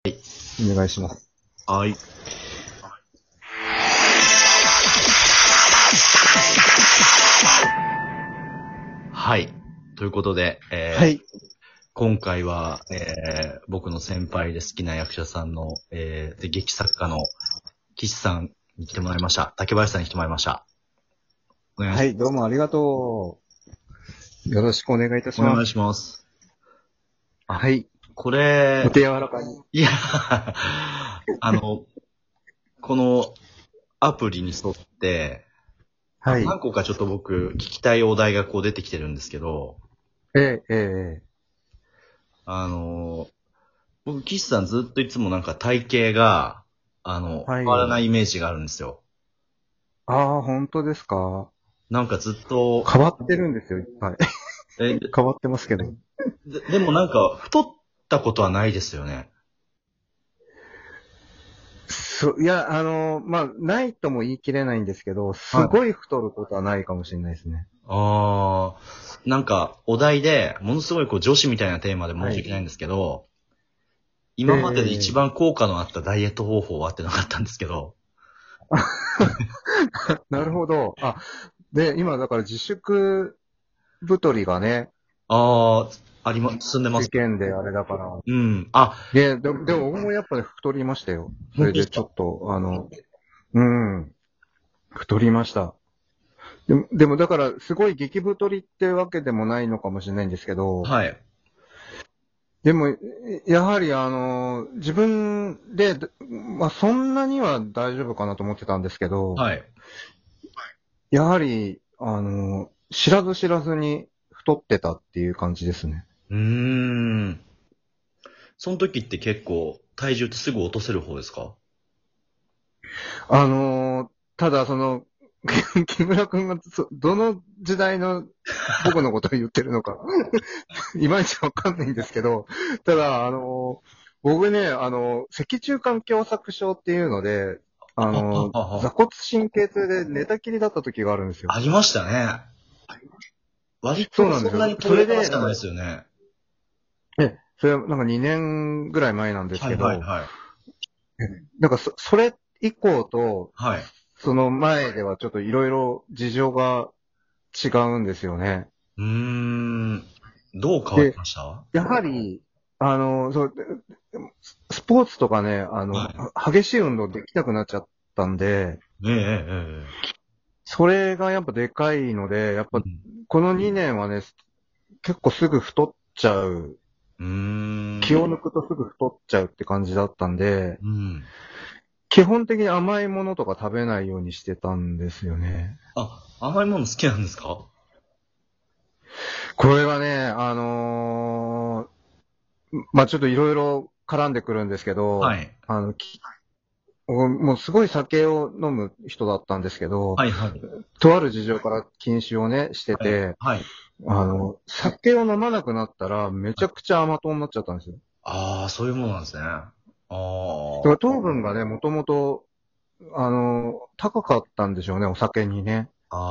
お願いします。 はい。はい。ということで、 はい。 今回は、僕の先輩で好きな役者さんの、で劇作家の岸さんに来てもらいました。竹林さんに来てもらいました。お願いします。 はい、どうもありがとう。よろしくお願いいたしお願います。 します。あ、 はい。 これ、 お手柔らかに。 いや、このアプリに沿って、 はい。 何個かちょっと僕聞きたいお題がこう出てきてるんですけど、 ええ、ええ、 あの、僕、岸さんずっといつもなんか体型が、変わらなはい。 いイメージがあるんですよ。 ああ、本当ですか。 なんかずっと、 変わってるんですよ、いっぱい。 え、 変わってますけど。 でもなんか太ったことはないですよね。 いや、まあ、ないとも言い切れないんですけど、すはい。 ごい太ることはないかもしれないですね。 あなんかお題で、ものすごいこう女子みたいなテーマで申はい。 し訳ないんですけど、 え今までで一番効果のあったダイエット方法はってなかったんですけど、 なるほど。あ、で、今だから自粛太りがね、 あ進んでます。 世間であれだから。 うん。あ、 でも僕もやっぱり太りましたよ。それで本当ですか？ ちょっと、うん、太りました。でもだから、すごい激太りってわけでもないのかもしれないんですけど、 はい。 でも、やはり自分で、まあそんなには大丈夫かなと思ってたんですけど、 はい。 やはり、知らず知らずに太ってたっていう感じですね。 うーん。その時って結構体重ってすぐ落とせる方ですか？ ただ木村くんがどの時代の僕のことを言ってるのかいまいちわかんないんですけど、ただ、僕ね、脊柱管狭窄症っていうので、座骨神経痛で寝たきりだった時があるんですよ。 ありましたね。割とそんなそうなんですよ。 に遠いそれで、 話じゃないですよね。 それはなんか2年ぐらい前なんですはいけど、 はいはい。 なんかそれ以降と、 はい。 その前ではちょっといろいろ事情が違うんですよね。 うーん。どう変わりで、 ました？はやはり、スポーツとかね、激しい運動できなくなっちゃったんで、 い。ええええええ。 それがやっぱでかいので、やっぱ、 うん。 この2年はね、結構すぐ太っちゃう。 うーん。 気を抜くとすぐ太っちゃうって感じだったんで、 うん。 基本的に甘いものとか食べないようにしてたんですよね。 あ、甘いもの好きなんですか？ これはね、まあ、ちょっといろいろ絡んでくるんですけど、 はい。 もうすごい酒を飲む人だったんですけど、 はいはい。 とある事情から禁酒をね、してはい。 て、 はい。 酒を飲まなくなったらめちゃくちゃ甘党になっちゃったんですよ。 ああ、そういうものなんですね。ああ。 だから糖分がね、もともと、高かったんでしょうね、お酒にね。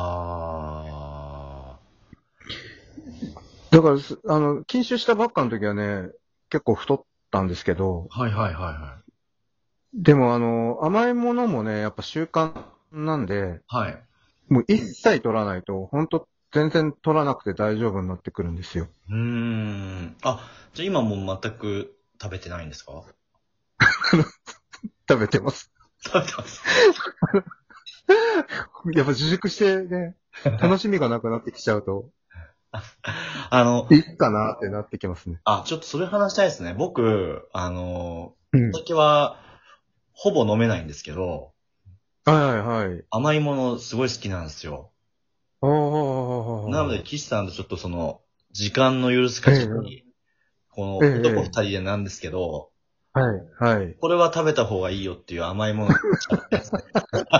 あだから禁酒したばっかの時はね、結構太ったんですけど、 あ。はいはいはいはい。 でも甘いものもね、やっぱ習慣なんで、 はい。 もう一切取らないと、本当全然取らなくて大丈夫になってくるんですよ。 うーん。あ、じゃあ今もう全く食べてないんですか？ 食べてます。 食べてます。 やっぱ自粛してね、楽しみがなくなってきちゃうと、 あの、 いいかなってなってきますね。 ちょっとそれ話したいですね。僕、おうん。 酒はほぼ飲めないんですけど、 はいはい。 甘いものすごい好きなんですよ。なので、 おー。 岸さんとちょっとその、時間の許すえ限り、このえ、え男二え、 人でなんですけど、 はい、はい。 これは食べた方がいいよっていう甘いものを喋ってですね。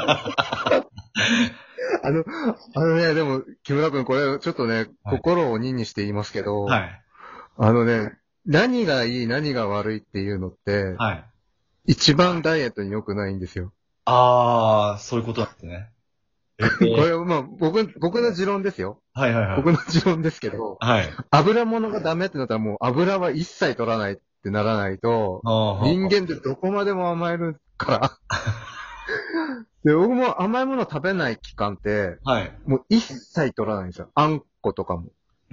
あの、ね、でも、木村君、これ、ちょっとね、 はい。 心を鬼にして言いますけど、 はい。 何がいい、何が悪いっていうのって、 はい。 一番ダイエットに良くないんですよ。 ああ、そういうことなんですね。 これはまあ、僕の持論ですよ。 はいはいはい。 僕の持論ですけど、 はい。 油物がダメってなったらもう油は一切取らない。 ってならないと、人間ってどこまでも甘えるから。で、僕も甘いもの食べない期間って、 はい。 もう一切取らないんですよ。あんことかも。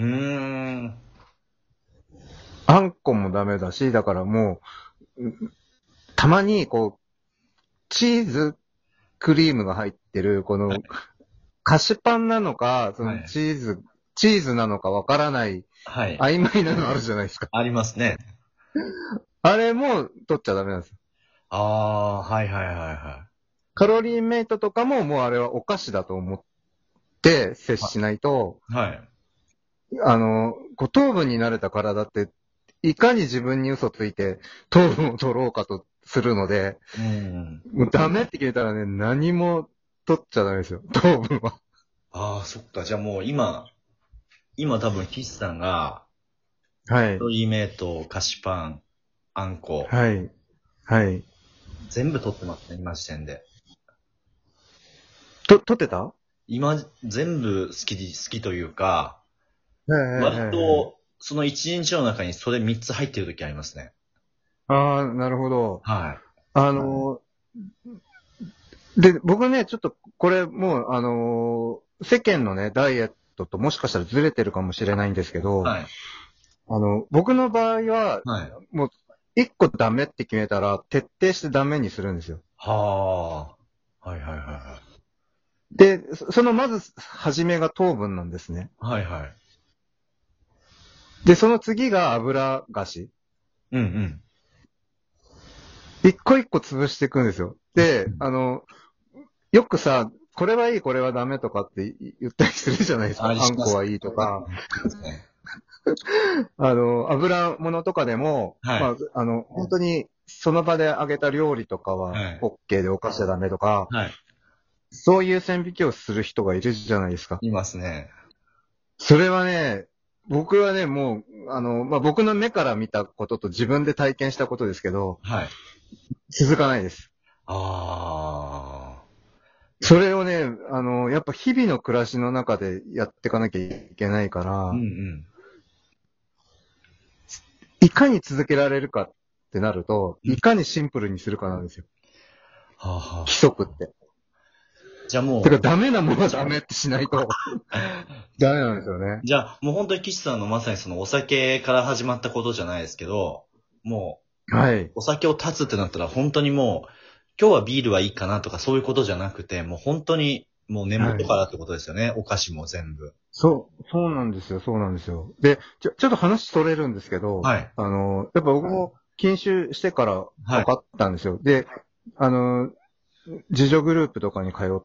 あんこもダメだし、だからもう、たまにこう、チーズクリームが入ってる、この、菓子パンなのか、そのチーズなのかわからない、 はい。 曖昧なのあるじゃないですか。 ありますね。 あれも取っちゃダメなんですよ。 はいはいはいはカロリーメイトとかももうあれはお菓子だと思って接しないと、 い。はい。 こう糖分に慣れた体って、いかに自分に嘘ついて糖分を取ろうかとするので、 うん。 もうダメって決めたらね、何も取っちゃダメですよ、糖分は。 そっか。じゃあもう今多分岸さんが、 はい。 カロリーメイト、菓子パン、あんこ、 はい。はい。 全部取ってますね、今時点で。 取ってた？ 今、全部好きというか、 はいはい割はいはい。 と、その一日の中にそれ3つ入ってる時ありますね。 ああ、なるほど。 はあので、僕ね、ちょっと、これもう、世間のね、ダイエットともしかしたらずれてるかもしれないんですけい。 ど、 はい。 僕の場合は、 はい。 もう、一個ダメって決めたら、徹底してダメにするんですよ。 はあ。はいはいはいはい。 で、そのまず、初めが糖分なんですね。 はいはい。 で、その次が油菓子。 うんうん。 一個一個潰していくんですよ。で、よくさ、これはいい、これはダメとかって言ったりするじゃないですか。あんこはいいとか。油物とかでも、 はい。 本当にその場で揚げた料理とかははい。 OK でお菓子はダメとか、 はい。 そういう線引きをする人がいるじゃないですか。 いますね。 それはね、僕はね、もう、僕の目から見たことと自分で体験したことですけど、 はい。 続かないです。 あそれをね、やっぱ日々の暮らしの中でやっていかなきゃいけないかうんうら、 ん。 いかに続けられるかってなると、 うんいかにシンプルにするかなんですよ。 はあは規あ。 則って。 じゃあもう、 てかダメなものはダメってしないとダメなんですよね。 じゃあもう本当に岸さんのまさにそのお酒から始まったことじゃないですけど、もはい。 うお酒を断つってなったら本当にもう、今日はビールはいいかなとかそういうことじゃなくて、もう本当にもう根はい。 元からってことですよね。お菓子も全部。 そうなんですよ、そうなんですよ。で、ちょっと話それるんですけど、 はい。 やっぱ僕も禁酒してからはい。 分かったんですよ。で、あの、自助グループとかに通って、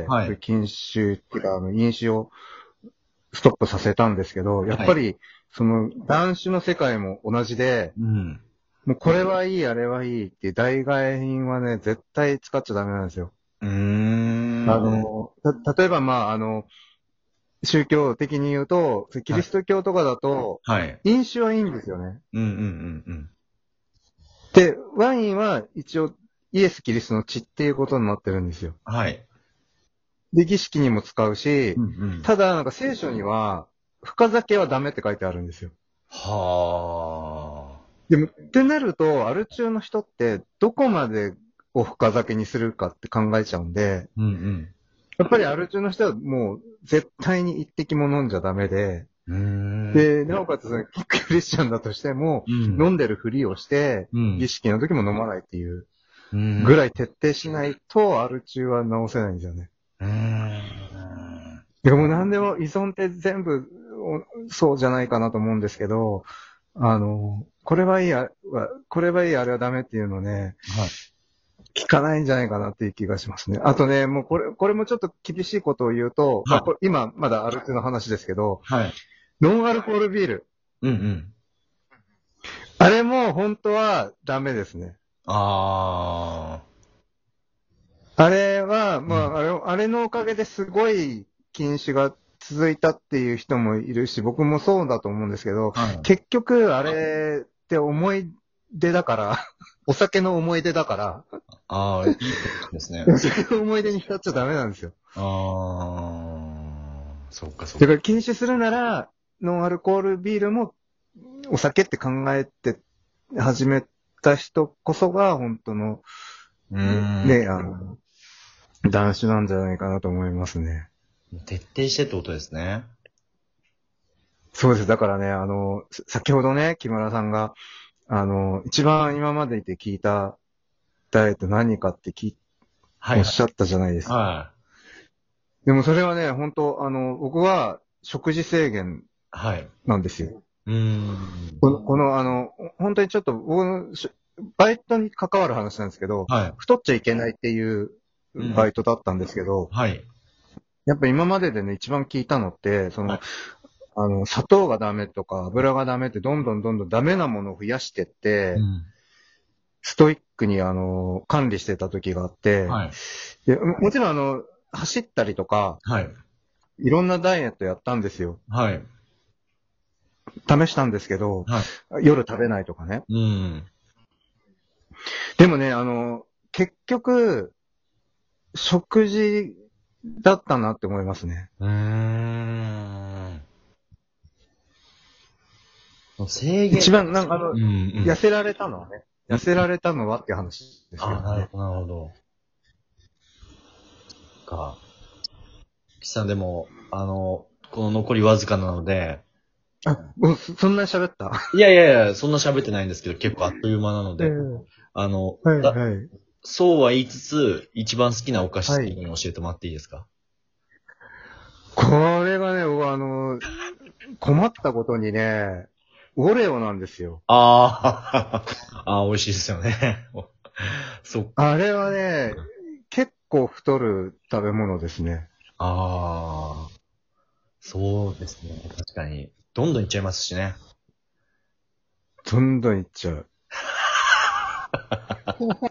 はい。 そういう禁酒っていうか、飲酒をストップさせたんですけど、やっはい。 ぱり、その、断酒の世界も同じで、 うん。 もうこれはいい、あれはいいっていう代替品はね、絶対使っちゃダメなんですよ。 うーん。 例えば、宗教的に言うと、キはい。 リスト教とかだと、 はい。 飲酒はいいんですよね。 うんうんうんうん。 で、ワインは一応イエス・キリストの血っていうことになってるんですよ。 はい。 で、儀式にも使うし、 うんうん。 ただ、なんか聖書には、深酒はダメって書いてあるんですよ。 はあ。 でも、ってなると、アル中の人って、どこまでを深酒にするかって考えちゃうんで、 うんやっぱりアル中の人はもう、絶対に一滴も飲んじゃダメで、 うん。うーん。 で、なおかつ、クリスチャンだとしても、 うん。 飲んでるふりをして、 うん。 儀式の時も飲まないっていううん。 ぐらい徹底しないと、アル中は治せないんですよね。 うーん。 でも何でも依存って全部そうじゃないかなと思うんですけど、これはいい、これはいい、あれはダメっていうのね、 はい。 聞かないんじゃないかなっていう気がしますね。あとね、もうこれもちょっと厳しいことを言うと、 はい。 これ今まだアル中の話ですけど、 はい。 ノンアルコールビール。 うんうん。 あれも本当はダメですね。 ああ。 あれは、 うん。 あれのおかげですごい禁酒が続いたっていう人もいるし、僕もそうだと思うんですけど、 はい。 結局、あれって思い出だから、お酒の思い出だから、 ああ、いいことですね。 お酒の思い出に浸っちゃダメなんですよ。 ああ。そっかそっか。 だから禁酒するなら、ノンアルコールビールもお酒って考えて始めた人こそが本当の、ね、男子なんじゃないかなと思いますね。 徹底してってことですね。 そうです。だからね、先ほどね、木村さんが、一番今までいて聞いたダイエット何かってはい。 おっしゃったじゃないですか。 はでもそれはね、本当僕は食事制限い。はい。 なんですよ。 うーん。 本当にちょっと僕のバイトに関わる話なんですけど、 はい。 太っちゃいけないっていうバイトだったんですけど、 はい。 やっぱ今まででね、一番聞いたのって、 はい砂糖がダメとか油がダメってどんどんダメなものを増やしてって、 うんストイックに管理してた時があって、 はい。 でもちろん走ったりとか、 はい。 いろんなダイエットやったんですよ。 はい。 試したんですけど、 はい。 夜食べないとかね。 うん。 でもね、結局、食事だったなって思いますね。 制限。 一番、 うんうん。 痩せられたのはね、痩せられたのはっていう話ですけどあ、なるね。 ほど、なるほど。か。岸さんでも、この残りわずかなので、 もうそんなに喋ったいやいやいや、そんな喋ってないんですけど、結構あっという間なので、 はいはい。 そうは言いつつ、一番好きなお菓子ってはい。 いうのを教えてもらっていいですか？ これがね、僕困ったことにね、オレオなんですよ。 ああ、ああ、美味しいですよね。そっか。 あれはね、結構太る食べ物ですね。 ああ、そうですね。確かに。どんどんいっちゃいますしね。 どんどんいっちゃう。